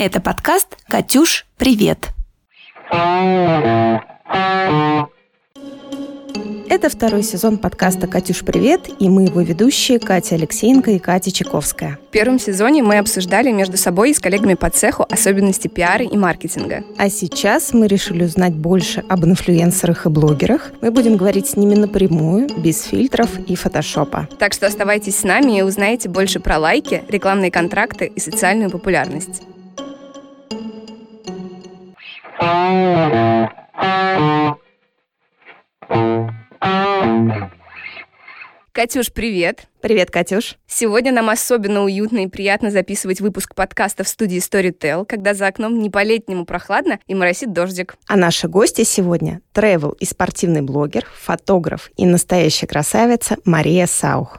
Это подкаст «Катюш, привет!». Это второй сезон подкаста «Катюш, привет!», и мы его ведущие Катя Алексеенко и Катя Чайковская. В первом сезоне мы обсуждали между собой и с коллегами по цеху особенности пиара и маркетинга. А сейчас мы решили узнать больше об инфлюенсерах и блогерах. Мы будем говорить с ними напрямую, без фильтров и фотошопа. Так что оставайтесь с нами и узнаете больше про лайки, рекламные контракты и социальную популярность. Катюш, привет! Привет, Катюш! Сегодня нам особенно уютно и приятно записывать выпуск подкаста в студии Storytel, когда за окном не по-летнему прохладно и моросит дождик. А наши гости сегодня – travel и спортивный блогер, фотограф и настоящая красавица Мария Саух.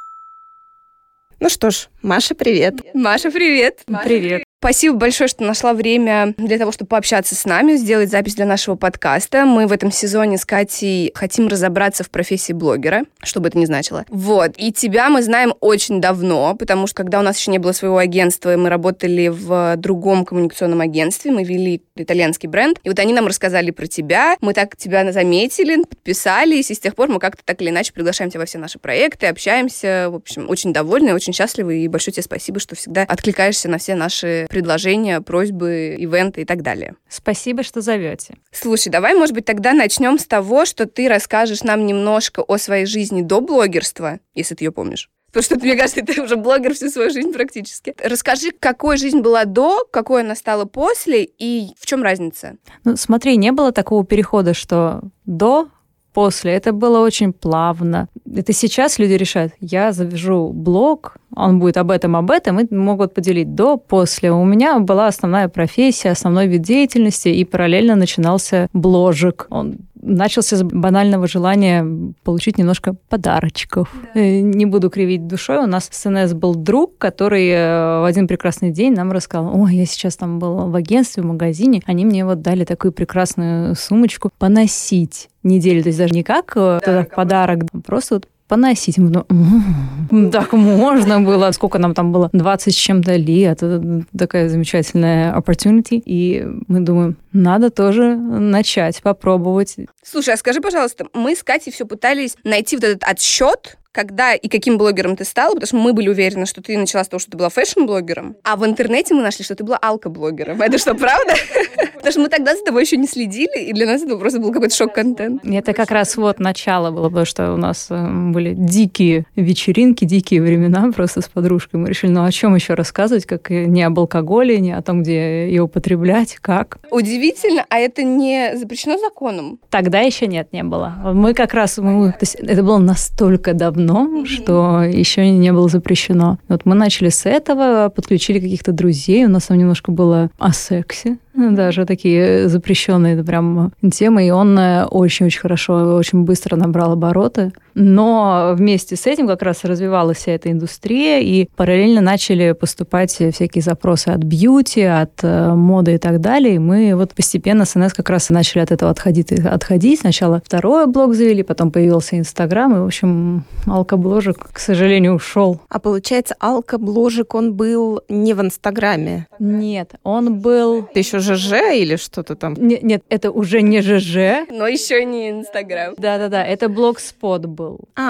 Ну что ж, Маша, привет! Маша, привет! Привет! Спасибо большое, что нашла время для того, чтобы пообщаться с нами, сделать запись для нашего подкаста. Мы в этом сезоне с Катей хотим разобраться в профессии блогера, что бы это ни значило. Вот. И тебя мы знаем очень давно, потому что когда у нас еще не было своего агентства, мы работали в другом коммуникационном агентстве, мы вели итальянский бренд, и вот они нам рассказали про тебя, мы так тебя заметили, подписались, и с тех пор мы как-то так или иначе приглашаем тебя во все наши проекты, общаемся, в общем, очень довольны, очень счастливы, и большое тебе спасибо, что всегда откликаешься на все наши предложения, просьбы, ивенты и так далее. Спасибо, что зовете. Слушай, давай, может быть, тогда начнем с того, что ты расскажешь нам немножко о своей жизни до блогерства, если ты ее помнишь. Потому что, мне кажется, ты уже блогер всю свою жизнь практически. Расскажи, какой жизнь была до, какой она стала после, и в чем разница? Ну, смотри, не было такого перехода, что до, после. Это было очень плавно. Это сейчас люди решают, я завяжу блог, он будет об этом, и могут поделить до, после. У меня была основная профессия, основной вид деятельности, и параллельно начинался бложик. Он начался с банального желания получить немножко подарочков. Да. Не буду кривить душой. У нас с НС был друг, который в один прекрасный день нам рассказал: ой, я сейчас там был в агентстве, в магазине, они мне вот дали такую прекрасную сумочку поносить неделю. То есть даже не как подарок, просто вот поносить. Так можно было. Сколько нам там было? 20 с чем-то лет. Это такая замечательная opportunity. И мы думаем, надо тоже начать, попробовать. Слушай, а скажи, пожалуйста, мы с Катей все пытались найти вот этот отсчет, когда и каким блогером ты стала, потому что мы были уверены, что ты начала с того, что ты была фэшн-блогером, а в интернете мы нашли, что ты была алко-блогером. Это что, правда? Потому что мы тогда за тобой еще не следили, и для нас это просто был какой-то шок-контент. Это как раз вот начало было, потому что у нас были дикие вечеринки, дикие времена просто с подружкой. Мы решили, ну о чем еще рассказывать, как не об алкоголе, не о том, где ее употреблять, как. Удивительно, а это не запрещено законом? Тогда еще не было. Мы как раз, то есть это было настолько давно, что еще не было запрещено. Вот мы начали с этого, подключили каких-то друзей, у нас там немножко было о сексе, даже такие запрещенные прям темы, и он очень-очень хорошо, очень быстро набрал обороты. Но вместе с этим как раз развивалась вся эта индустрия, и параллельно начали поступать всякие запросы от бьюти, от моды и так далее. И мы вот постепенно с НС как раз начали от этого отходить. Сначала второй блог завели, потом появился Инстаграм, и, в общем, алкобложик, к сожалению, ушел. А получается, алкобложик, он был не в Инстаграме? Нет, он был... Это еще ЖЖ или что-то там? Нет, это уже не ЖЖ. Но еще не Инстаграм. Да-да-да, это блогспот был.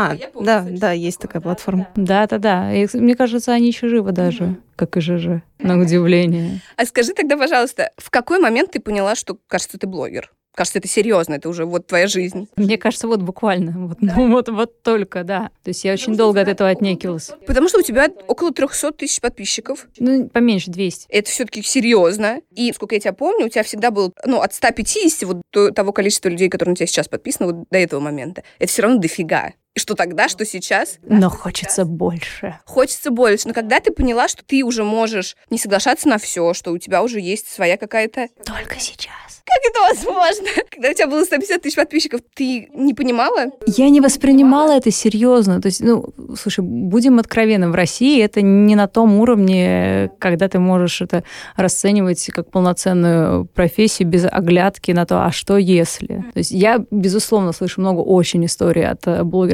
Да, есть такая платформа. Да. И, мне кажется, они еще живы даже, как и ЖЖ, на удивление. А скажи тогда, пожалуйста, в какой момент ты поняла, что, кажется, ты блогер? Кажется, это серьезно, это уже вот твоя жизнь. Мне кажется, вот буквально, вот только, да. То есть я очень долго от этого отнекивалась. Потому что у тебя около 300 тысяч подписчиков. Ну, поменьше, 200. Это все-таки серьезно. И, сколько я тебя помню, у тебя всегда было, от 150 вот до того количества людей, которые на тебя сейчас подписаны, вот до этого момента. Это все равно дофига. И что тогда, что сейчас. Но хочется больше. Хочется больше. Но когда ты поняла, что ты уже можешь не соглашаться на все, что у тебя уже есть своя какая-то... Только сейчас. Как это возможно? Когда у тебя было 150 тысяч подписчиков, ты не понимала? Я не воспринимала это серьезно. То есть, слушай, будем откровенны, в России это не на том уровне, когда ты можешь это расценивать как полноценную профессию без оглядки на то, а что если? То есть я, безусловно, слышу много очень историй от блогеров,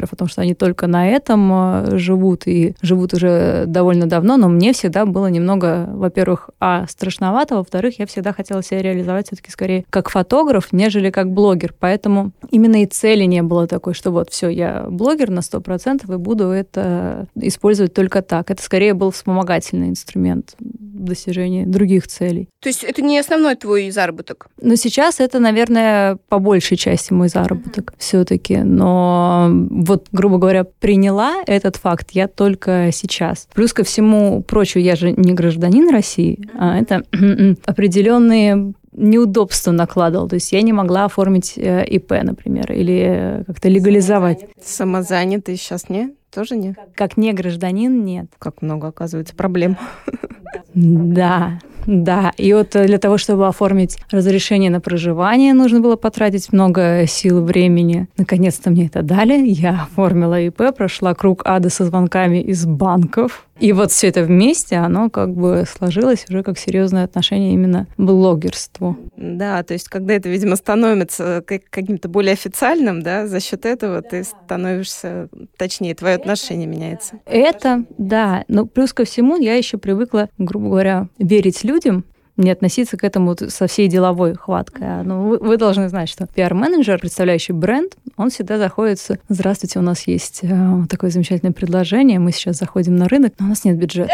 блогеров о том, что они только на этом живут и живут уже довольно давно, но мне всегда было немного, во-первых, страшновато, во-вторых, я всегда хотела себя реализовать все-таки скорее как фотограф, нежели как блогер. Поэтому именно и цели не было такой, что вот все, я блогер на 100% и буду это использовать только так. Это скорее был вспомогательный инструмент в достижении других целей. То есть это не основной твой заработок? Но сейчас это, наверное, по большей части мой заработок все-таки. Но вот, грубо говоря, приняла этот факт я только сейчас. Плюс ко всему прочему, я же не гражданин России, а это определенные неудобства накладывал. То есть я не могла оформить ИП, например, или как-то легализовать. Самозанятый сейчас нет? Тоже нет? Как не гражданин, нет. Как много, оказывается, проблем. Да. И вот для того, чтобы оформить разрешение на проживание, нужно было потратить много сил и времени. Наконец-то мне это дали. Я оформила ИП, прошла круг ада со звонками из банков. И вот все это вместе, оно как бы сложилось уже как серьезное отношение именно к блогерству. Да, то есть когда это, видимо, становится каким-то более официальным, да, за счет этого ты становишься, точнее, твое отношение меняется. Это, да. Но плюс ко всему я еще привыкла, грубо говоря, верить людям, не относиться к этому со всей деловой хваткой. Вы должны знать, что пиар-менеджер, представляющий бренд, он всегда заходит с «Здравствуйте, у нас есть такое замечательное предложение, мы сейчас заходим на рынок, но у нас нет бюджета».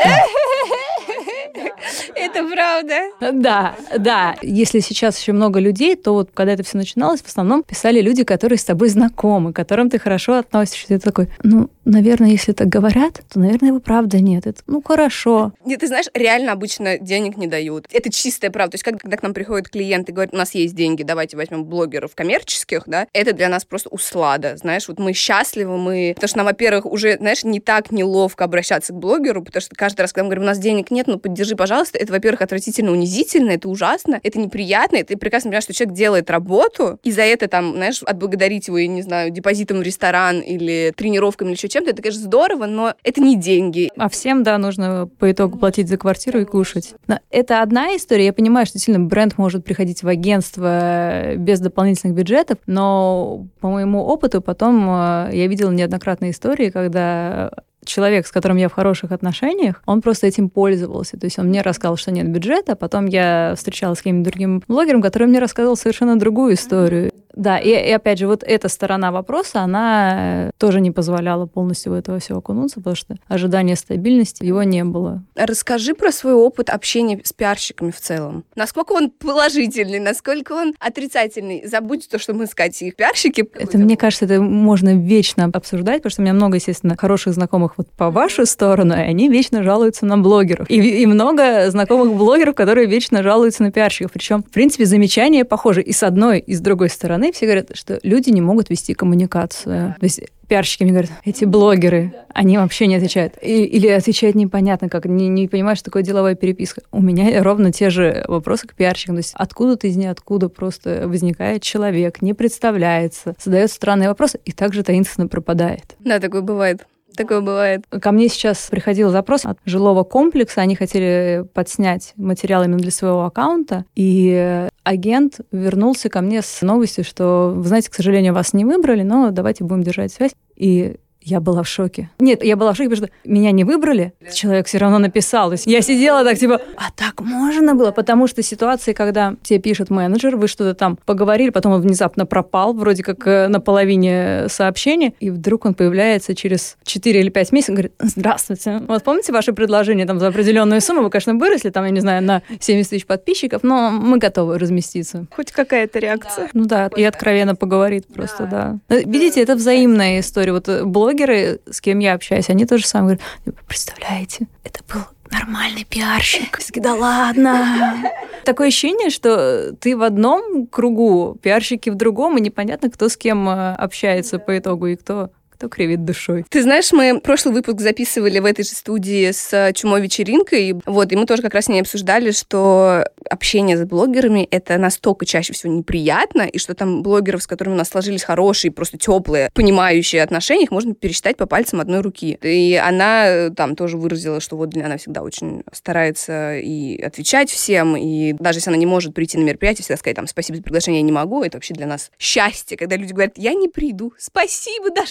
Это правда? Да. Если сейчас еще много людей, то вот когда это все начиналось, в основном писали люди, которые с тобой знакомы, к которым ты хорошо относишься. И ты такой, наверное, если так говорят, то, наверное, его правда нет. Это, хорошо. Нет, ты знаешь, реально обычно денег не дают. Это чистая правда. То есть, когда к нам приходят клиенты и говорят, у нас есть деньги, давайте возьмем блогеров коммерческих, да, это для нас просто услада. Знаешь, вот мы счастливы, потому что нам, во-первых, уже, знаешь, не так неловко обращаться к блогеру, потому что каждый раз, когда мы говорим, у нас денег нет, поддержи, пожалуйста, это, во-первых, отвратительно, унизительно, это ужасно, это неприятно, и ты прекрасно понимаешь, что человек делает работу, и за это, знаешь, отблагодарить его, я не знаю, депозитом в ресторан или тренировками или еще чем-то, это, конечно, здорово, но это не деньги. А всем, да, нужно по итогу платить за квартиру и кушать. Но это одна история. Я понимаю, что действительно бренд может приходить в агентство без дополнительных бюджетов, но по моему опыту потом я видела неоднократные истории, когда человек, с которым я в хороших отношениях, он просто этим пользовался. То есть он мне рассказал, что нет бюджета, а потом я встречалась с каким-то другим блогером, который мне рассказывал совершенно другую историю. Да, и опять же, вот эта сторона вопроса, она тоже не позволяла полностью в это все окунуться, потому что ожидания стабильности его не было. Расскажи про свой опыт общения с пиарщиками в целом. Насколько он положительный, насколько он отрицательный. Забудь то, что мы с Катей их пиарщики. Это, мне кажется, это можно вечно обсуждать, потому что у меня много, естественно, хороших знакомых вот по вашу сторону, и они вечно жалуются на блогеров. И много знакомых блогеров, которые вечно жалуются на пиарщиков. Причем, в принципе, замечания похожи и с одной, и с другой стороны. Все говорят, что люди не могут вести коммуникацию. То есть пиарщики мне говорят, эти блогеры, они вообще не отвечают. Или отвечают непонятно как, не понимают, что такое деловая переписка. У меня ровно те же вопросы к пиарщикам. То есть откуда-то из ниоткуда просто возникает человек, не представляется, задает странные вопросы и также таинственно пропадает. Да, такое бывает. Такое бывает. Ко мне сейчас приходил запрос от жилого комплекса. Они хотели подснять материал именно для своего аккаунта. И агент вернулся ко мне с новостью, что, вы знаете, к сожалению, вас не выбрали, но давайте будем держать связь. И я была в шоке. Нет, я была в шоке, потому что меня не выбрали, человек все равно написал. То есть я сидела так, типа, а так можно было? Потому что ситуации, когда тебе пишет менеджер, вы что-то там поговорили, потом он внезапно пропал, вроде как на половине сообщения, и вдруг он появляется через 4 или 5 месяцев и говорит, здравствуйте, вот помните ваше предложение там за определенную сумму? Вы, конечно, выросли, там, я не знаю, на 70 тысяч подписчиков, но мы готовы разместиться. Хоть какая-то реакция. Ну да, и откровенно поговорит просто, да. Видите, это взаимная история. Вот блогеры, с кем я общаюсь, они тоже самое говорят, представляете, это был нормальный пиарщик. Да ладно. Такое ощущение, что ты в одном кругу, пиарщики в другом, и непонятно, кто с кем общается по итогу и кто кривит душой. Ты знаешь, мы прошлый выпуск записывали в этой же студии с Чумой-вечеринкой, и мы тоже как раз с ней обсуждали, что общение с блогерами — это настолько чаще всего неприятно, и что там блогеров, с которыми у нас сложились хорошие, просто теплые, понимающие отношения, их можно пересчитать по пальцам одной руки. И она там тоже выразила, что вот она всегда очень старается и отвечать всем, и даже если она не может прийти на мероприятие, всегда сказать там «спасибо за приглашение, я не могу». Это вообще для нас счастье, когда люди говорят «я не приду, спасибо даже за это».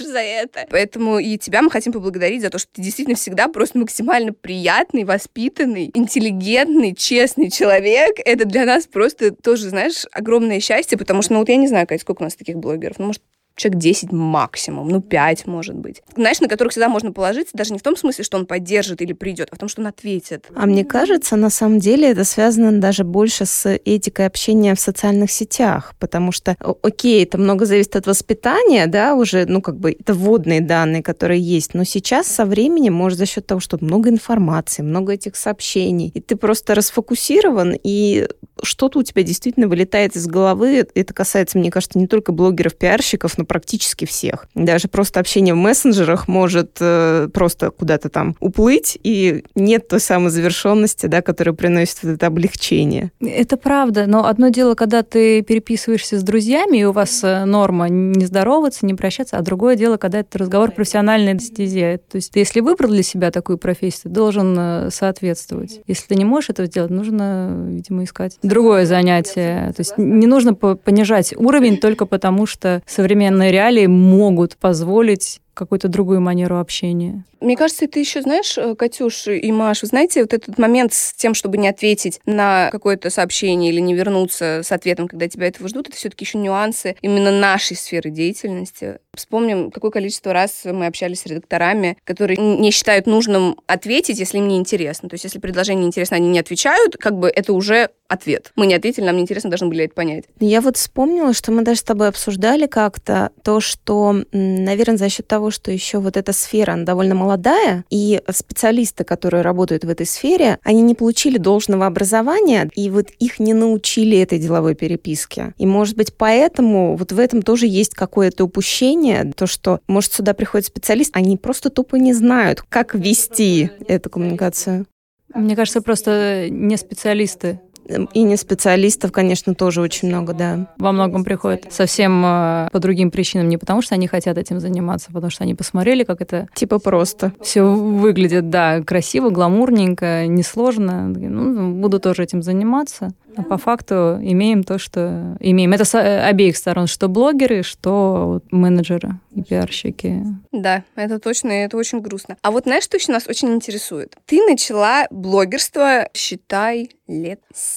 это. Поэтому и тебя мы хотим поблагодарить за то, что ты действительно всегда просто максимально приятный, воспитанный, интеллигентный, честный человек. Это для нас просто тоже, знаешь, огромное счастье, потому что, я не знаю, Кать, сколько у нас таких блогеров, может, человек 10 максимум, 5, может быть. Знаешь, на которых всегда можно положиться, даже не в том смысле, что он поддержит или придет, а в том, что он ответит. А мне кажется, на самом деле это связано даже больше с этикой общения в социальных сетях, потому что, окей, это много зависит от воспитания, да, уже, это вводные данные, которые есть, но сейчас со временем, может, за счет того, что много информации, много этих сообщений, и ты просто расфокусирован, и что-то у тебя действительно вылетает из головы. Это касается, мне кажется, не только блогеров, пиарщиков, но практически всех. Даже просто общение в мессенджерах может просто куда-то там уплыть, и нет той самой завершенности, да, которая приносит это облегчение. Это правда, но одно дело, когда ты переписываешься с друзьями, и у вас норма не здороваться, не прощаться, а другое дело, когда это разговор профессиональной стезе. То есть ты, если выбрал для себя такую профессию, ты должен соответствовать. Если ты не можешь этого сделать, нужно, видимо, искать другое занятие. То есть не нужно понижать уровень только потому, что современные реалии могут позволить какую-то другую манеру общения. Мне кажется, ты еще знаешь, Катюш и Маш, вы знаете, вот этот момент с тем, чтобы не ответить на какое-то сообщение или не вернуться с ответом, когда тебя этого ждут, это все-таки еще нюансы именно нашей сферы деятельности. Вспомним, какое количество раз мы общались с редакторами, которые не считают нужным ответить, если им не интересно. То есть, если предложение интересно, они не отвечают, это уже ответ. Мы не ответили, нам неинтересно, должны были это понять. Я вспомнила, что мы даже с тобой обсуждали как-то то, что, наверное, за счет того, что еще вот эта сфера, она довольно молодая, и специалисты, которые работают в этой сфере, они не получили должного образования, и их не научили этой деловой переписке. И, может быть, поэтому в этом тоже есть какое-то упущение, то, что, может, сюда приходит специалист, они просто тупо не знают, как вести эту коммуникацию. Мне кажется, просто не специалисты. И не специалистов, конечно, тоже очень много, да. Во многом приходят совсем по другим причинам. Не потому, что они хотят этим заниматься, а потому что они посмотрели, как это... Просто. Все выглядит, да, красиво, гламурненько, несложно. Буду тоже этим заниматься. А по факту имеем то, что имеем. Это с обеих сторон, что блогеры, что менеджеры и пиарщики. Да, это точно, и это очень грустно. А знаешь, что еще нас очень интересует? Ты начала блогерство, считай, лет...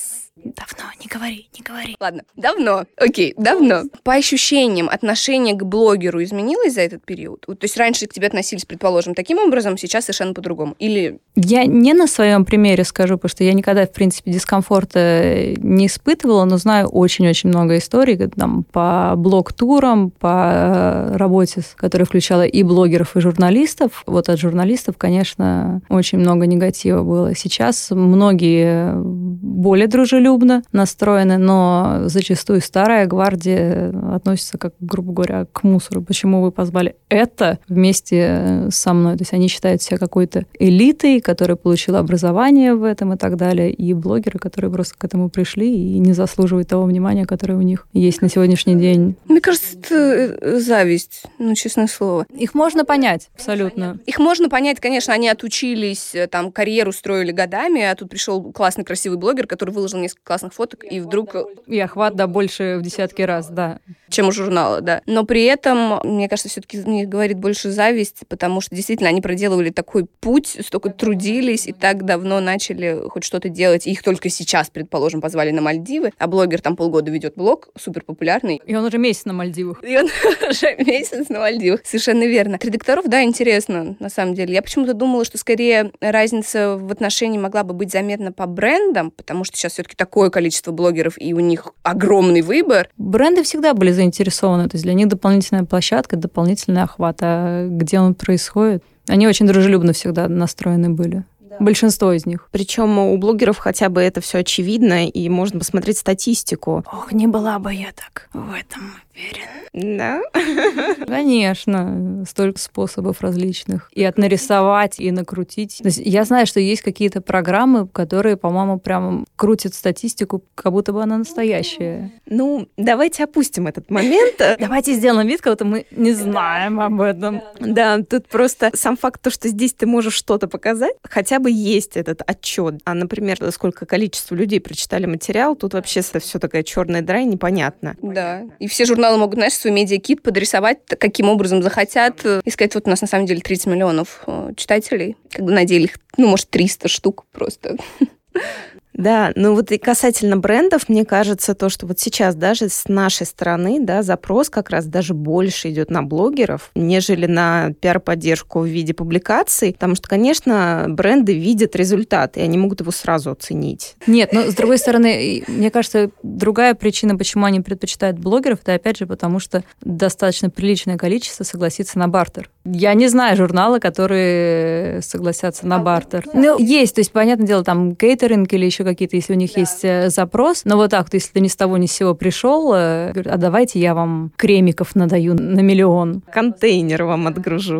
Давно, не говори. Ладно, давно. Окей, давно. По ощущениям, отношение к блогеру изменилось за этот период? То есть раньше к тебе относились, предположим, таким образом, сейчас совершенно по-другому? Или... Я не на своем примере скажу, потому что я никогда, в принципе, дискомфорта не испытывала, но знаю очень-очень много историй по блог-турам, по работе, которая включала и блогеров, и журналистов. От журналистов, конечно, очень много негатива было. Сейчас многие более дружелюбны настроены, но зачастую старая гвардия относится, грубо говоря, к мусору. Почему вы позвали это вместе со мной? То есть они считают себя какой-то элитой, которая получила образование в этом и так далее, и блогеры, которые просто к этому пришли и не заслуживают того внимания, которое у них есть на сегодняшний день. Мне кажется, это зависть, честное слово. Их можно понять, абсолютно. Их можно понять, конечно, они отучились, карьеру строили годами, а тут пришел классный, красивый блогер, который выложил несколько классных фоток, и вдруг... И охват, больше в десятки раз, да. Чем у журнала, да. Но при этом, мне кажется, все-таки мне говорит больше зависть, потому что действительно они проделывали такой путь, столько трудились и так давно начали хоть что-то делать. И их только сейчас, предположим, позвали на Мальдивы, а блогер полгода ведет блог, супер популярный. И он уже месяц на Мальдивах. Совершенно верно. Редакторов, да, интересно, на самом деле. Я почему-то думала, что скорее разница в отношении могла бы быть заметна по брендам, потому что сейчас все-таки такое количество блогеров, и у них огромный выбор. Бренды всегда были заинтересованы, то есть для них дополнительная площадка, дополнительный охват. А где он происходит? Они очень дружелюбно всегда настроены были. Да. Большинство из них. Причем у блогеров хотя бы это все очевидно, и можно посмотреть статистику. Ох, не была бы я так в этом уверена. Да? Конечно, столько способов различных. И отнарисовать, и накрутить. То есть я знаю, что есть какие-то программы, которые, по-моему, прям крутят статистику, как будто бы она настоящая. Давайте опустим этот момент. Давайте сделаем вид, как будто мы не знаем об этом. Да, тут просто сам факт, то, что здесь ты можешь что-то показать, хотя бы есть этот отчет. А, например, сколько количество людей прочитали материал, тут вообще все такая черная дыра, непонятно. Да, и все журналы журналы могут, знаешь, свой медиакит подрисовать, каким образом захотят, и сказать, вот у нас на самом деле 30 миллионов читателей, как бы на деле их, может, 300 штук просто. Да, ну вот и касательно брендов, мне кажется, то, что вот сейчас даже с нашей стороны, да, запрос как раз даже больше идет на блогеров, нежели на пиар-поддержку в виде публикаций, потому что, конечно, бренды видят результат, и они могут его сразу оценить. Нет, но с другой стороны, мне кажется, другая причина, почему они предпочитают блогеров, это опять же потому, что достаточно приличное количество согласится на бартер. Я не знаю журналы, которые согласятся на бартер. Ну, есть, то есть, понятное дело, там кейтеринг или еще какие-то, если у них есть запрос. Но вот так, если ты ни с того ни с сего пришел, говорит, а давайте я вам кремиков надаю на 1 миллион. Контейнер вам отгружу.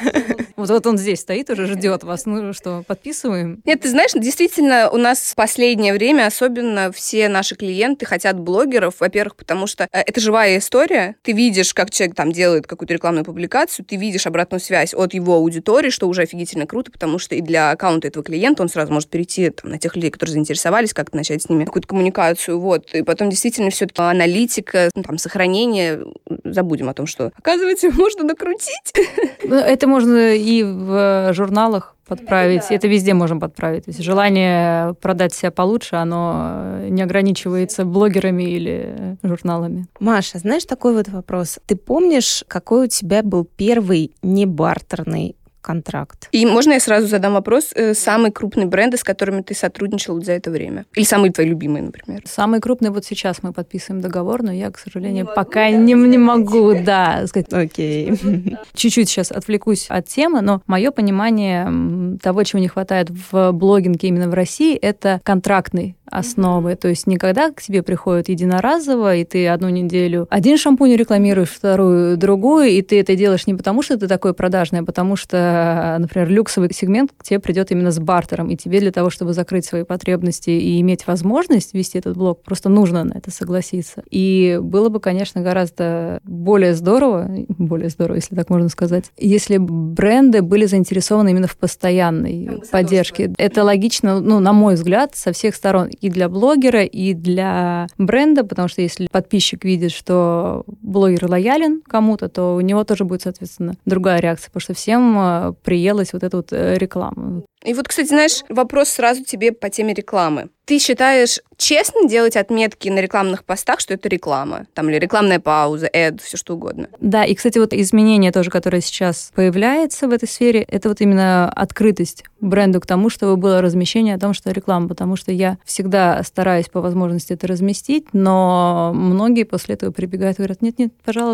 Вот он здесь стоит, уже ждет вас. Ну что, подписываем? Нет, ты знаешь, действительно, у нас в последнее время особенно все наши клиенты хотят блогеров, во-первых, потому что это живая история. Ты видишь, как человек там делает какую-то рекламную публикацию, ты видишь обратную связь от его аудитории, что уже офигительно круто, потому что и для аккаунта этого клиента он сразу может перейти там, на тех людей, которые заинтересовались, как-то начать с ними какую-то коммуникацию. Вот. И потом действительно все-таки аналитика, там, сохранение. Забудем о том, что, оказывается, можно накрутить. Это можно и в журналах подправить. Да. Это везде можем подправить. То есть желание продать себя получше, оно не ограничивается блогерами или журналами. Маша, знаешь, такой вот вопрос. Ты помнишь, какой у тебя был первый небартерный контракт? И можно я сразу задам вопрос? Самые крупные бренды, с которыми ты сотрудничал вот за это время? Или самые твои любимые, например? Самые крупные вот сейчас мы подписываем договор, но я, к сожалению, пока не могу, да, сказать. Окей. Чуть-чуть сейчас отвлекусь от темы, но мое понимание того, чего не хватает в блогинге именно в России, это контрактный основы. То есть никогда к тебе приходят единоразово, и ты одну неделю один шампунь рекламируешь, вторую другую, и ты это делаешь не потому, что ты такой продажный, а потому что, например, люксовый сегмент к тебе придет именно с бартером, и тебе для того, чтобы закрыть свои потребности и иметь возможность вести этот блог, просто нужно на это согласиться. И было бы, конечно, гораздо более здорово, если так можно сказать, если бренды были заинтересованы именно в постоянной поддержке. Это логично, на мой взгляд, со всех сторон. И для блогера, и для бренда, потому что если подписчик видит, что блогер лоялен кому-то, то у него тоже будет, соответственно, другая реакция, потому что всем приелась вот эта вот реклама. И вот, кстати, знаешь, вопрос сразу тебе по теме рекламы. Ты считаешь честно делать отметки на рекламных постах, что это реклама? Там, или рекламная пауза, все что угодно? Да, и, кстати, вот изменение тоже, которое сейчас появляется в этой сфере, это вот именно открытость бренду к тому, чтобы было размещение о том, что реклама, потому что я всегда стараюсь по возможности это разместить, но многие после этого прибегают и говорят, нет,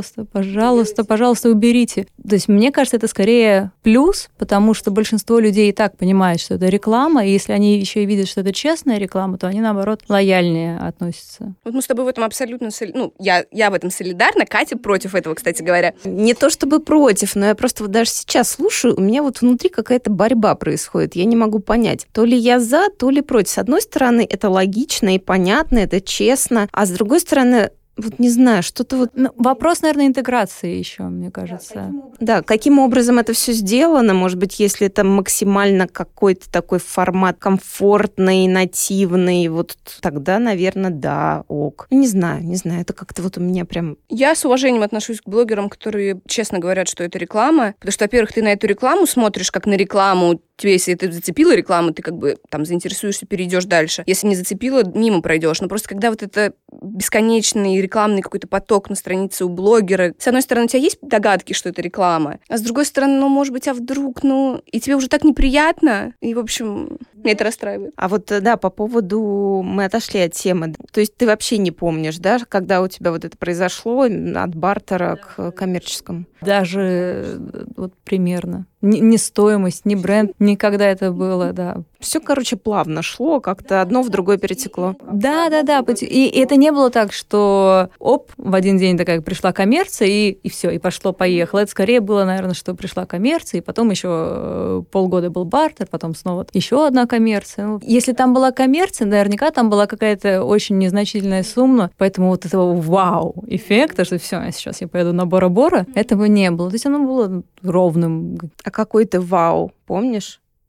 пожалуйста, уберите. То есть мне кажется, это скорее плюс, потому что большинство людей и так понимает, что это реклама, и если они еще и видят, что это честная реклама, то они, наоборот, лояльнее относятся. Вот мы с тобой в этом абсолютно... я в этом солидарна, Катя против этого, кстати говоря. Не то чтобы против, но я просто вот даже сейчас слушаю, у меня вот внутри какая-то борьба происходит. Я не могу понять, то ли я за, то ли против. С одной стороны, это логично и понятно, это честно, а с другой стороны... Вот не знаю, что-то вот... Вопрос, наверное, интеграции еще, мне кажется. Да, каким образом это все сделано? Может быть, если это максимально какой-то такой формат комфортный, нативный, вот тогда, наверное, да, ок. Не знаю, это как-то вот у меня прям... Я с уважением отношусь к блогерам, которые честно говорят, что это реклама, потому что, во-первых, ты на эту рекламу смотришь как на рекламу, тебе, если ты зацепила рекламу, ты как бы там заинтересуешься, перейдешь дальше. Если не зацепила, мимо пройдешь. Но просто когда вот это бесконечный рекламный какой-то поток на странице у блогера, с одной стороны, у тебя есть догадки, что это реклама, а с другой стороны, может быть, а вдруг, и тебе уже так неприятно, и, в общем, меня это расстраивает. А вот, да, по поводу... Мы отошли от темы. То есть ты вообще не помнишь, да, когда у тебя вот это произошло от бартера к коммерческому? Даже вот примерно. Ни стоимость, ни бренд, никогда это было, да. Все, плавно шло, как-то одно в другое перетекло. Да. И это не было так, что в один день такая пришла коммерция, и все, и пошло-поехало. Это скорее было, наверное, что пришла коммерция, и потом еще полгода был бартер, потом снова еще одна коммерция. Если там была коммерция, наверняка там была какая-то очень незначительная сумма, поэтому вот этого вау-эффекта, что все, сейчас я поеду на Бора-Бора, этого не было. То есть оно было ровным. А какой-то вау, помнишь?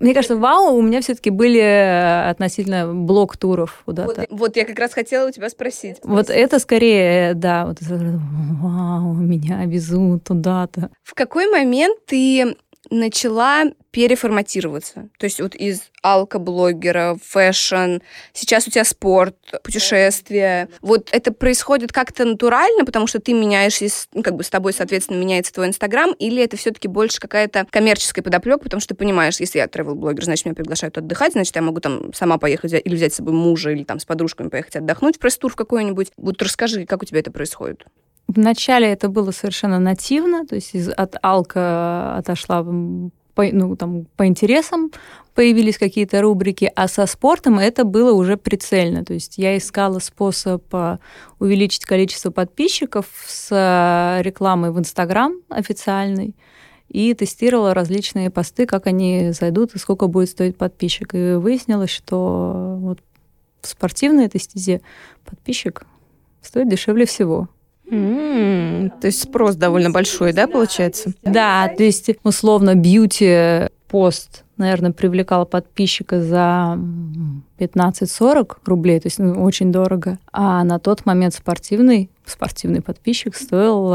Мне кажется, вау у меня все-таки были относительно блог-туров куда-то. Вот я как раз хотела у тебя спросить. Вот это скорее, да, вот это, вау, меня везут туда-то. В какой момент ты начала переформатироваться? То есть вот из алкоблогера, фэшн, сейчас у тебя спорт, путешествия. Вот это происходит как-то натурально, потому что ты меняешься, как бы с тобой, соответственно, меняется твой Инстаграм, или это все-таки больше какая-то коммерческая подоплека, потому что ты понимаешь, если я travel-блогер, значит, меня приглашают отдыхать, значит, я могу там сама поехать или взять с собой мужа, или там с подружками поехать отдохнуть в пресс-тур какой-нибудь. Вот расскажи, как у тебя это происходит? Вначале это было совершенно нативно, то есть от алка отошла по интересам, появились какие-то рубрики, а со спортом это было уже прицельно. То есть я искала способ увеличить количество подписчиков с рекламой в Инстаграм официальной и тестировала различные посты, как они зайдут и сколько будет стоить подписчик. И выяснилось, что вот в спортивной этой стезе подписчик стоит дешевле всего. То есть спрос довольно большой, да, получается? Да, то есть условно бьюти-пост, наверное, привлекал подписчика за 15-40 рублей, то есть очень дорого. А на тот момент спортивный подписчик стоил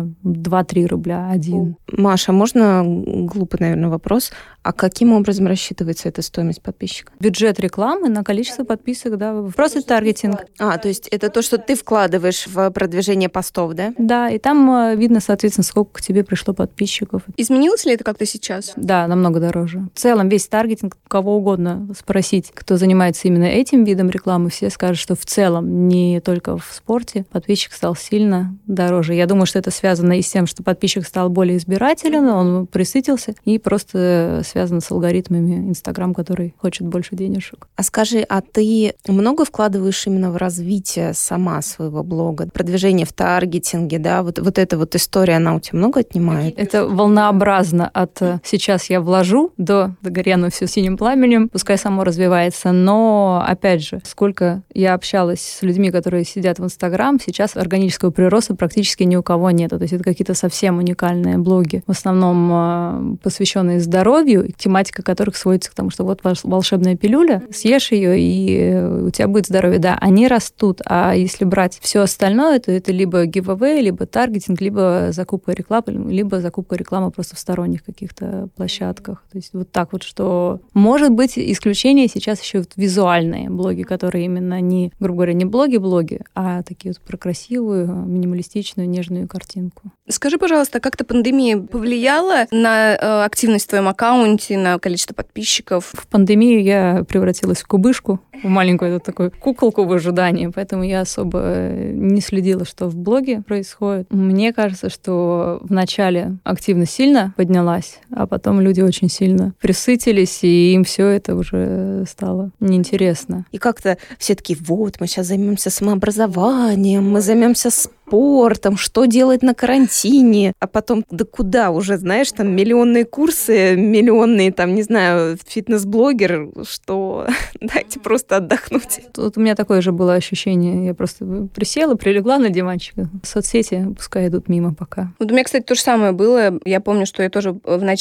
2-3 рубля один. Маша, можно глупый, наверное, вопрос? А каким образом рассчитывается эта стоимость подписчика? Бюджет рекламы на количество подписок, да, просто таргетинг. То есть это то, что ты вкладываешь в продвижение постов, да? Да, и там видно, соответственно, сколько к тебе пришло подписчиков. Изменилось ли это как-то сейчас? Да, намного дороже. В целом весь таргетинг, кого угодно спросить, кто занимается именно этим видом рекламы, все скажут, что в целом, не только в спорте, подписчик стал сильно дороже. Я думаю, что это связано и с тем, что подписчик стал более избирателен, он присытился, и просто связано с алгоритмами Инстаграм, который хочет больше денежек. А скажи, а ты много вкладываешь именно в развитие сама своего блога? Продвижение в таргетинге, да? Вот эта вот история, она у тебя много отнимает? Это волнообразно от «сейчас я вложу» до «догоряну все синим пламенем», пускай само развивается. Но, опять же, сколько я общалась с людьми, которые сидят в Инстаграм, сейчас органического прироста практически ни у кого нет. То есть это какие-то совсем уникальные блоги, в основном посвященные здоровью, тематика которых сводится к тому, что вот волшебная пилюля, съешь ее, и у тебя будет здоровье. Да, они растут, а если брать все остальное, то это либо giveaway, либо таргетинг, либо закупка рекламы, либо закупка рекламы просто в сторонних каких-то площадках. То есть вот так вот, что может быть исключение сейчас еще визуальные блоги, которые именно не, грубо говоря, не блоги, а такие вот про красивую, минималистичную, нежную картинку. Скажи, пожалуйста, как-то пандемия повлияла на активность в твоем аккаунте, на количество подписчиков? В пандемию я превратилась в кубышку, в маленькую такую куколку в ожидании, поэтому я особо не следила, что в блоге происходит. Мне кажется, что вначале активность сильно поднялась, а потом люди очень сильно присытились, и им все это уже стало неинтересно. И как-то все таки вот, мы сейчас займемся самообразованием, мы займемся спортом, что делать на карантине, а потом, да куда уже, знаешь, там миллионные курсы, миллионные, там, не знаю, фитнес-блогер, что дайте просто отдохнуть. Тут у меня такое же было ощущение, я просто присела, прилегла на диванчик, соцсети пускай идут мимо пока. Вот у меня, кстати, то же самое было, я помню, что я тоже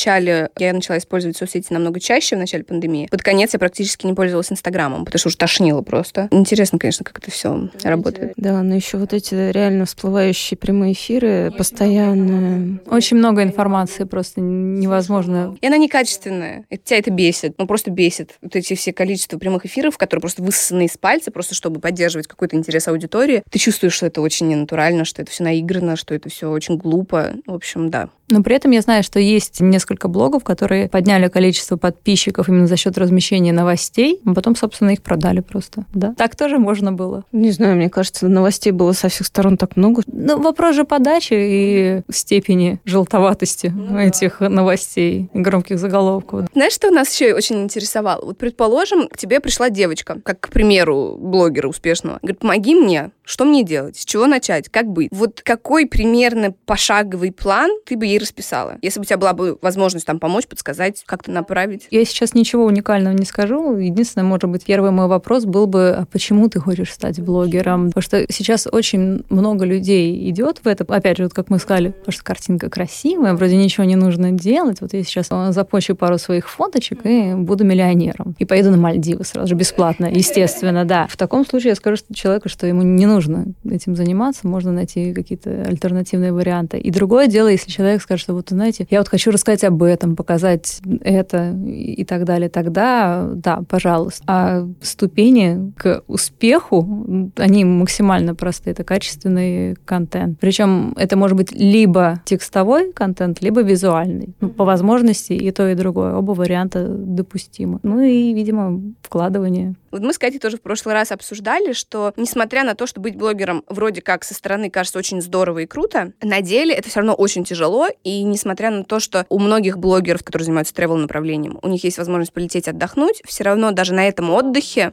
я начала использовать соцсети намного чаще в начале пандемии, под конец я практически не пользовалась Инстаграмом, потому что уж тошнило просто. Интересно, конечно, как это все работает. Да, но еще вот эти реально всплывающие прямые эфиры постоянно. Очень много информации, просто невозможно. И она некачественная. И тебя это бесит. Просто бесит. Вот эти все количество прямых эфиров, которые просто высосаны из пальца, просто чтобы поддерживать какой-то интерес аудитории. Ты чувствуешь, что это очень ненатурально, что это все наиграно, что это все очень глупо. В общем, да. Но при этом я знаю, что есть несколько блогов, которые подняли количество подписчиков именно за счет размещения новостей, а потом, собственно, их продали просто. Да? Так тоже можно было. Не знаю, мне кажется, новостей было со всех сторон так много. Ну, вопрос же подачи и степени желтоватости этих новостей, громких заголовков. Знаешь, что нас еще очень интересовало? Вот, предположим, к тебе пришла девочка, как, к примеру, блогера успешного. Говорит, помоги мне, что мне делать, с чего начать, как быть? Вот какой примерно пошаговый план ты бы ей ей расписала. Если бы у тебя была бы возможность там помочь, подсказать, как-то направить. Я сейчас ничего уникального не скажу. Единственное, может быть, первый мой вопрос был бы, а почему ты хочешь стать блогером? Потому что сейчас очень много людей идет в это. Опять же, вот как мы сказали, потому что картинка красивая, вроде ничего не нужно делать. Вот я сейчас запощу пару своих фоточек и буду миллионером. И поеду на Мальдивы сразу же бесплатно, естественно, да. В таком случае я скажу человеку, что ему не нужно этим заниматься, можно найти какие-то альтернативные варианты. И другое дело, если человек скажет, что вот, знаете, я вот хочу рассказать об этом, показать это и так далее, тогда, да, пожалуйста. А ступени к успеху, они максимально простые. Это качественный контент. Причем это может быть либо текстовой контент, либо визуальный. По возможности и то, и другое. Оба варианта допустимы. Ну и, видимо, вкладывание. Вот мы с Катей тоже в прошлый раз обсуждали, что несмотря на то, что быть блогером вроде как со стороны кажется очень здорово и круто, на деле это все равно очень тяжело, и несмотря на то, что у многих блогеров, которые занимаются тревел-направлением, у них есть возможность полететь отдохнуть, все равно даже на этом отдыхе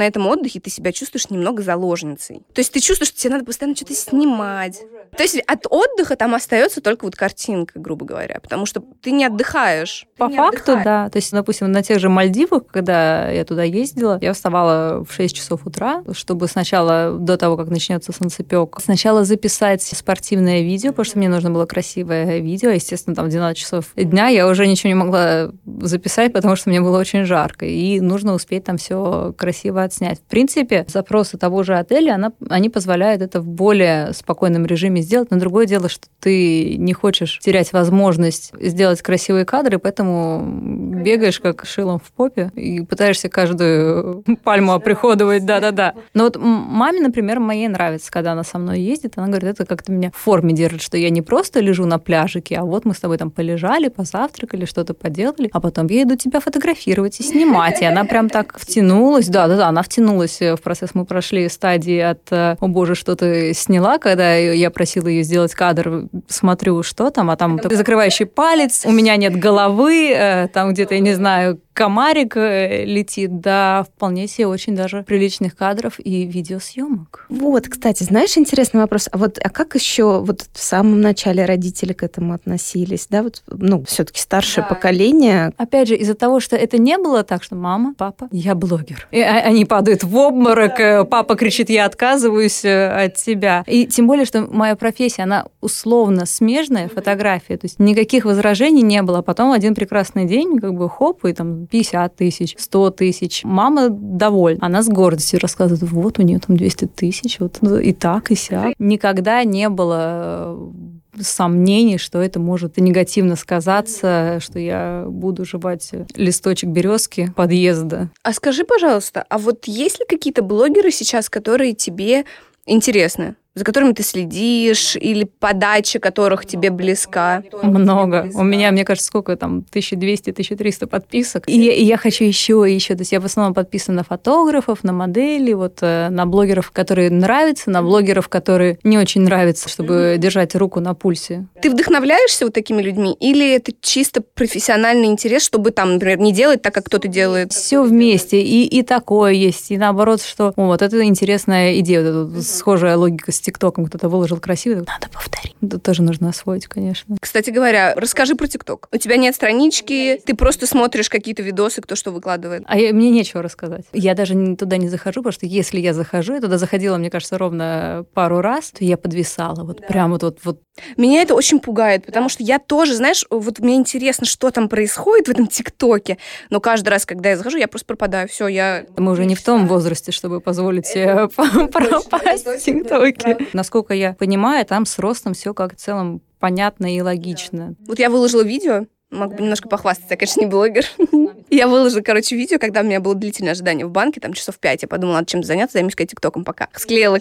ты себя чувствуешь немного заложницей. То есть ты чувствуешь, что тебе надо постоянно что-то снимать. То есть от отдыха там остается только вот картинка, грубо говоря, потому что ты не отдыхаешь. По факту, да. То есть, допустим, на тех же Мальдивах, когда я туда ездила, я вставала в 6 часов утра, чтобы сначала, до того, как начнется солнцепек, сначала записать спортивное видео, потому что мне нужно было красивое видео. Естественно, там в 12 часов дня я уже ничего не могла записать, потому что мне было очень жарко, и нужно успеть там все красиво отснять. В принципе, запросы того же отеля, они позволяют это в более спокойном режиме сделать, но другое дело, что ты не хочешь терять возможность сделать красивые кадры, поэтому бегаешь как шилом в попе и пытаешься каждую пальму оприходовать, да-да-да. Но вот маме, например, моей нравится, когда она со мной ездит, она говорит, это как-то меня в форме держит, что я не просто лежу на пляжике, а вот мы с тобой там полежали, позавтракали, что-то поделали, а потом я иду тебя фотографировать и снимать. И она прям так втянулась, да-да-да, она втянулась в процесс. Мы прошли стадии от «О боже, что ты сняла», когда я просила ее сделать кадр, смотрю, что там, а там закрывающий палец, у меня нет головы, там где-то, я не знаю, комарик летит, да, вполне себе очень даже приличных кадров и видеосъемок. Вот, кстати, знаешь, интересный вопрос. А как еще вот в самом начале родители к этому относились, да, вот, все-таки старшее поколение? Опять же, из-за того, что это не было так, что мама, папа, я блогер. И они падают в обморок, папа кричит, я отказываюсь от тебя. И тем более, что моя профессия, она условно смежная, фотография, то есть никаких возражений не было. Потом один прекрасный день, как бы хоп, и там 50 тысяч, 100 тысяч. Мама довольна. Она с гордостью рассказывает, вот у нее там 200 тысяч, вот и так, и сяк. Никогда не было сомнений, что это может негативно сказаться, что я буду жевать листочек березки подъезда. А скажи, пожалуйста, а вот есть ли какие-то блогеры сейчас, которые тебе интересны? За которыми ты следишь, или подача которых тебе близка? Много. У меня, мне кажется, сколько там, 1200-1300 подписок. И я хочу еще и еще. То есть я в основном подписана на фотографов, на моделей, вот на блогеров, которые нравятся, на блогеров, которые не очень нравятся, чтобы держать руку на пульсе. Ты вдохновляешься вот такими людьми? Или это чисто профессиональный интерес, чтобы там, например, не делать так, как кто-то делает? Все вместе. И такое есть. И наоборот, что вот это интересная идея, вот эта схожая логика с ТикТоком, кто-то выложил красиво, надо повторить. Это тоже нужно освоить, конечно. Кстати говоря, расскажи про ТикТок. У тебя нет странички, ты просто смотришь какие-то видосы, кто что выкладывает. Мне нечего рассказать. Я даже туда не захожу, потому что если я захожу, я туда заходила, мне кажется, ровно пару раз, то я подвисала. Вот прям вот. Меня это очень пугает, потому что я тоже, знаешь, вот мне интересно, что там происходит в этом ТикТоке, но каждый раз, когда я захожу, я просто пропадаю. Все, Мы уже не в том возрасте, чтобы позволить себе пропасть в ТикТоке. Насколько я понимаю, там с ростом все как в целом понятно и логично. Вот я выложила видео, могу немножко похвастаться, я, конечно, не блогер. Я выложила, видео, когда у меня было длительное ожидание в банке, там часов 5. Я подумала, надо чем-то заняться, займусь ТикТоком пока. Склеила,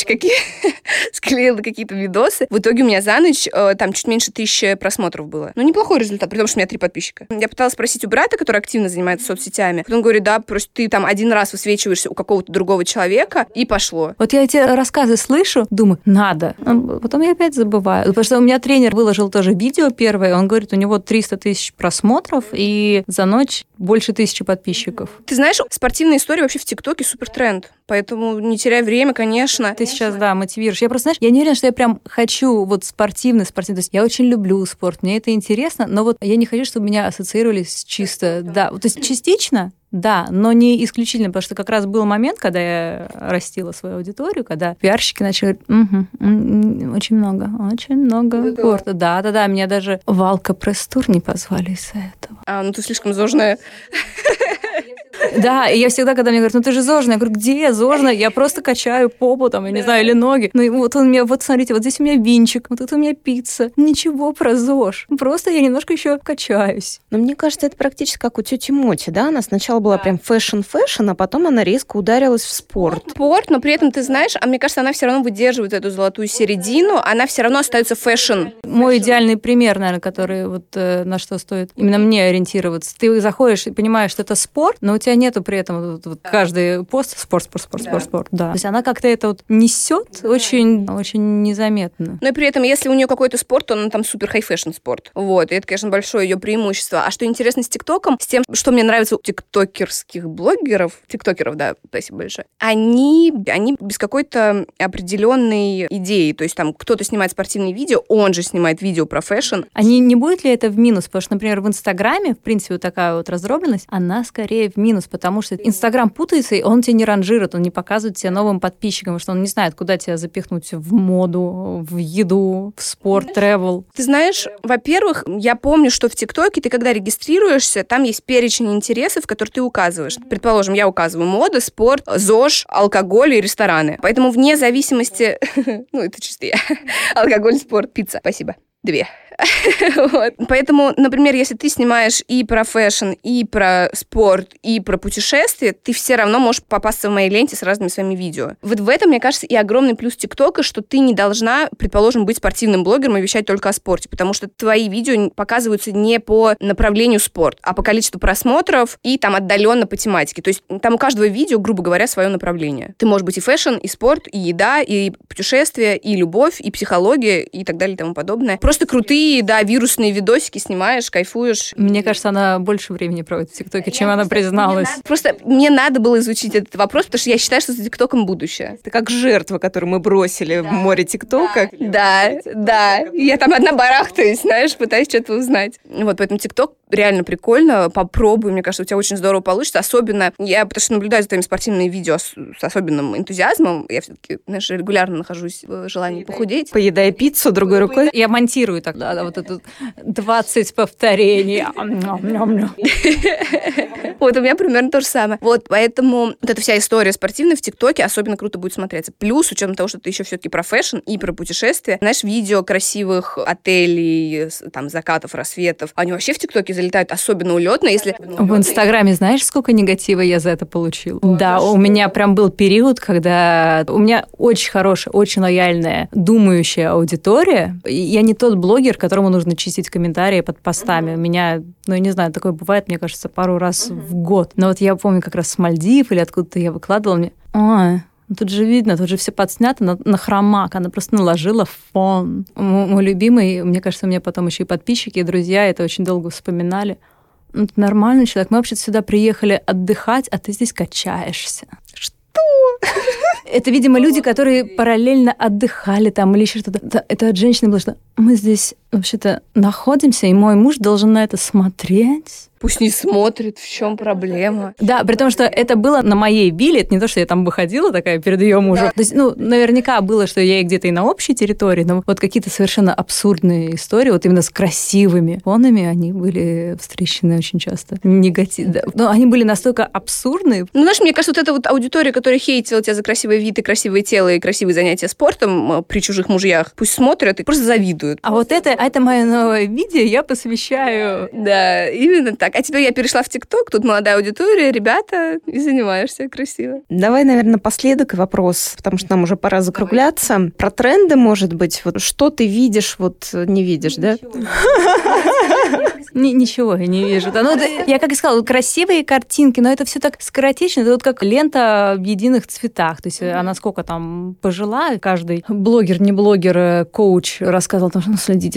какие-то видосы. В итоге у меня за ночь там чуть меньше 1000 просмотров было. Неплохой результат, при том, что у меня 3 подписчика. Я пыталась спросить у брата, который активно занимается соцсетями. Он говорит, да, просто ты там один раз высвечиваешься у какого-то другого человека, и пошло. Вот я эти рассказы слышу, думаю, надо. Потом я опять забываю. Потому что у меня тренер выложил тоже видео первое, он говорит, у него 300 тысяч просмотров, и за ночь больше 1000 подписчиков. Ты знаешь, спортивная история вообще в ТикТоке супер тренд. Поэтому не теряй время, конечно. Ты сейчас, да, мотивируешь. Я просто, знаешь, я не уверена, что я прям хочу вот спортивный. То есть я очень люблю спорт, мне это интересно, но вот я не хочу, чтобы меня ассоциировались чисто, да. То есть частично, да, но не исключительно, потому что как раз был момент, когда я растила свою аудиторию, когда пиарщики начали говорить, очень много спорта. Да, меня даже в алкопресс-тур не позвали из-за этого. Ну ты слишком зожная. Да, и я всегда, когда мне говорят, ты же зожная, я говорю, где я зожная? Я просто качаю попу, там, я не знаю, или ноги. Ну и вот у меня, вот смотрите, вот здесь у меня винчик, вот тут у меня пицца. Ничего про ЗОЖ. Просто я немножко еще качаюсь. Но мне кажется, это практически как у тети Моти, да? Она сначала была прям фэшн, а потом она резко ударилась в спорт. Спорт, но при этом, ты знаешь, мне кажется, она все равно выдерживает эту золотую середину, она все равно остается фэшн. Мой идеальный пример, наверное, который вот на что стоит именно мне ориентироваться. Ты заходишь и понимаешь, что это спорт, но у тебя нету при этом вот каждый пост спорт, да. То есть она как-то это вот несет очень, очень незаметно. Но и при этом, если у нее какой-то спорт, то он там супер хай-фэшн спорт. Вот, и это, конечно, большое ее преимущество. А что интересно с ТикТоком, с тем, что мне нравится у тиктокерских блогеров, да, спасибо большое, они без какой-то определенной идеи. То есть там кто-то снимает спортивные видео, он же снимает видео про фэшн. А не будет ли это в минус? Потому что, например, в Инстаграме, в принципе, вот такая вот раздробленность, она скорее в минус, потому что Инстаграм путается, и он тебе не ранжирует, он не показывает тебе новым подписчикам, потому что он не знает, куда тебя запихнуть в моду, в еду, в спорт, тревел. Ты знаешь, во-первых, я помню, что в ТикТоке ты, когда регистрируешься, там есть перечень интересов, которые ты указываешь. Предположим, я указываю мода, спорт, ЗОЖ, алкоголь и рестораны. Поэтому вне зависимости... Ну, это чисто я. Алкоголь, спорт, пицца. Спасибо. 2. Вот. Поэтому, например, если ты снимаешь и про фэшн, и про спорт, и про путешествия, ты все равно можешь попасться в моей ленте с разными своими видео. Вот в этом, мне кажется, и огромный плюс ТикТока, что ты не должна, предположим, быть спортивным блогером и вещать только о спорте, потому что твои видео показываются не по направлению спорт, а по количеству просмотров и там отдаленно по тематике. То есть там у каждого видео, грубо говоря, свое направление. Ты можешь быть и фэшн, и спорт, и еда, и путешествия, и любовь, и психология, и так далее, и тому подобное. Просто крутые, да, вирусные видосики снимаешь, кайфуешь. Мне кажется, она больше времени проводит в ТикТоке, чем она призналась. Просто мне надо было изучить этот вопрос, потому что я считаю, что за ТикТоком будущее. Это как жертва, которую мы бросили в море ТикТока. Да. Я там одна барахтаюсь, знаешь, пытаюсь что-то узнать. Вот, поэтому ТикТок реально прикольно. Попробуй, мне кажется, у тебя очень здорово получится. Особенно, потому что наблюдаю за твоими спортивными видео с особенным энтузиазмом. Я все-таки, знаешь, регулярно нахожусь в желании похудеть. Поедая пиццу другой рукой. Я монтирую тогда, вот это 20 повторений. Вот у меня примерно то же самое. Вот, поэтому вот эта вся история спортивная в ТикТоке особенно круто будет смотреться. Плюс, с учетом того, что ты еще все-таки про фэшн и про путешествия, знаешь, видео красивых отелей, там, закатов, рассветов, они вообще в ТикТоке залетают особенно улетно, если... В Инстаграме знаешь, сколько негатива я за это получила? Да, у меня прям был период, когда у меня очень хорошая, очень лояльная, думающая аудитория. Я не тот блогер, которому нужно чистить комментарии под постами. У меня, я не знаю, такое бывает, мне кажется, пару раз в год. Но вот я помню, как раз с Мальдив или откуда-то я выкладывала, мне... Тут же видно, тут же все подснято на хромак. Она просто наложила фон. Мой любимый, мне кажется, у меня потом еще и подписчики, и друзья это очень долго вспоминали. Ты нормальный человек. Мы вообще-то сюда приехали отдыхать, а ты здесь качаешься. Что? Это, видимо, люди, которые параллельно отдыхали там или еще что-то. Это от женщины было, что мы здесь вообще-то находимся, и мой муж должен на это смотреть. Пусть не смотрит, в чем проблема. Да, при том, что это было на моей вилле, это не то, что я там выходила такая перед ее мужем. Да. То есть, наверняка было, что я где-то и на общей территории, но вот какие-то совершенно абсурдные истории, вот именно с красивыми фонами, они были встречены очень часто. Негативно. Но они были настолько абсурдные. Знаешь, мне кажется, вот эта вот аудитория, которая хейтила тебя за красивый вид и красивое тело и красивые занятия спортом при чужих мужьях, пусть смотрят и просто завидуют. А вот это мое новое видео я посвящаю... Да, именно так. А теперь я перешла в ТикТок, тут молодая аудитория, ребята, и занимаешься красиво. Давай, наверное, напоследок вопрос, потому что нам уже пора закругляться. Давай. Про тренды, может быть, вот что ты видишь, вот не видишь, да? Ничего я не вижу. Я, как и сказала, красивые картинки, но это все так скоротечно. Это вот как лента в единых цветах. То есть она сколько там пожила, каждый блогер, не блогер, коуч рассказывал, что следите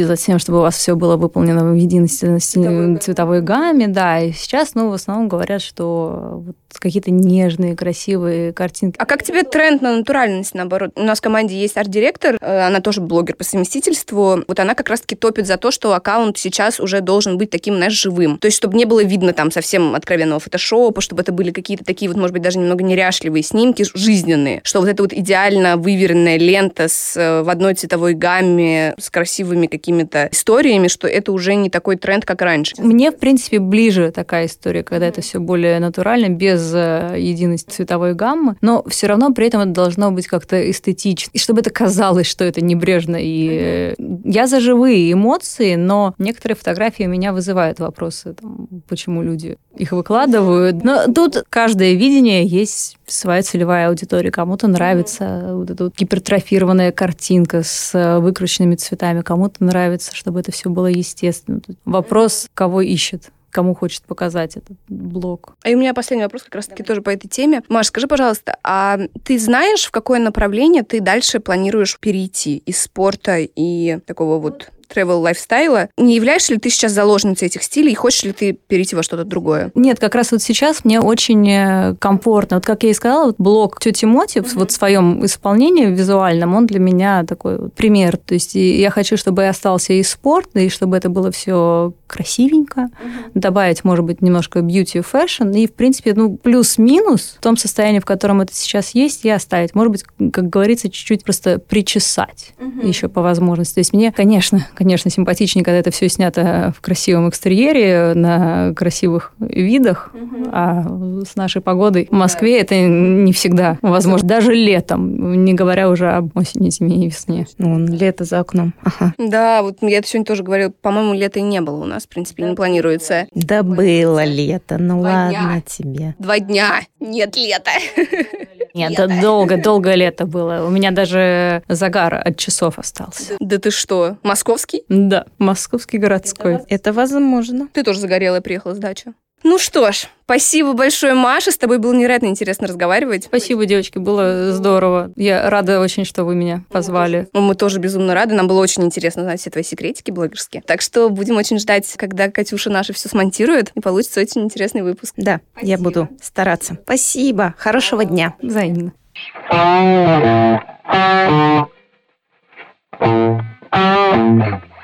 за тем, чтобы у вас все было выполнено в единой цветовой гамме, да, и сейчас, в основном говорят, что вот какие-то нежные, красивые картинки. А как тебе тренд на натуральность, наоборот? У нас в команде есть арт-директор, она тоже блогер по совместительству, вот она как раз-таки топит за то, что аккаунт сейчас уже должен быть таким, знаешь, живым. То есть, чтобы не было видно там совсем откровенного фотошопа, чтобы это были какие-то такие вот, может быть, даже немного неряшливые снимки, жизненные, что вот эта вот идеально выверенная лента в одной цветовой гамме с красивыми какими-то историями, что это уже не такой тренд, как раньше. Мне, в принципе, ближе такая история, когда это все более натурально, без единой цветовой гаммы, но все равно при этом это должно быть как-то эстетично, и чтобы это казалось, что это небрежно. И я за живые эмоции, но некоторые фотографии у меня вызывают вопросы, почему люди их выкладывают. Но тут каждое видение есть своя целевая аудитория. Кому-то нравится вот эта вот гипертрофированная картинка с выкрученными цветами, кому-то нравится, чтобы это все было естественно. Тут вопрос, кого ищет, кому хочет показать этот блог. А у меня последний вопрос как раз-таки тоже по этой теме. Маш, скажи, пожалуйста, а ты знаешь, в какое направление ты дальше планируешь перейти из спорта и такого вот travel лайфстайла? Не являешься ли ты сейчас заложницей этих стилей и хочешь ли ты перейти во что-то другое? Нет, как раз вот сейчас мне очень комфортно. Вот как я и сказала, вот блог Тети Моти вот в своем исполнении визуальном, он для меня такой вот пример. То есть я хочу, чтобы остался и спорт, и чтобы это было все красивенько, добавить, может быть, немножко beauty, fashion, и, в принципе, плюс-минус в том состоянии, в котором это сейчас есть, и оставить. Может быть, как говорится, чуть-чуть просто причесать еще по возможности. То есть мне, конечно, симпатичнее, когда это все снято в красивом экстерьере, на красивых видах, а с нашей погодой в Москве это не всегда возможно. Даже летом, не говоря уже об осени, зиме и весне. Лето за окном. Ага. Да, вот я это сегодня тоже говорила, по-моему, лета и не было у нас, в принципе, не планируется. Да было лето, ладно тебе. 2 дня, нет лета. Нет, это долгое лето было. У меня даже загар от часов остался. Да ты что, московский? Да, московский городской. Это возможно. Ты тоже загорелая приехала с дачи. Ну что ж, спасибо большое, Маша. С тобой было невероятно интересно разговаривать. Спасибо, девочки, было здорово. Я рада очень, что вы меня позвали. Мы тоже безумно рады. Нам было очень интересно знать все твои секретики блогерские. Так что будем очень ждать, когда Катюша наша все смонтирует, и получится очень интересный выпуск. Да, спасибо. Я буду стараться. Спасибо. Хорошего дня. Взаимно. Thank you.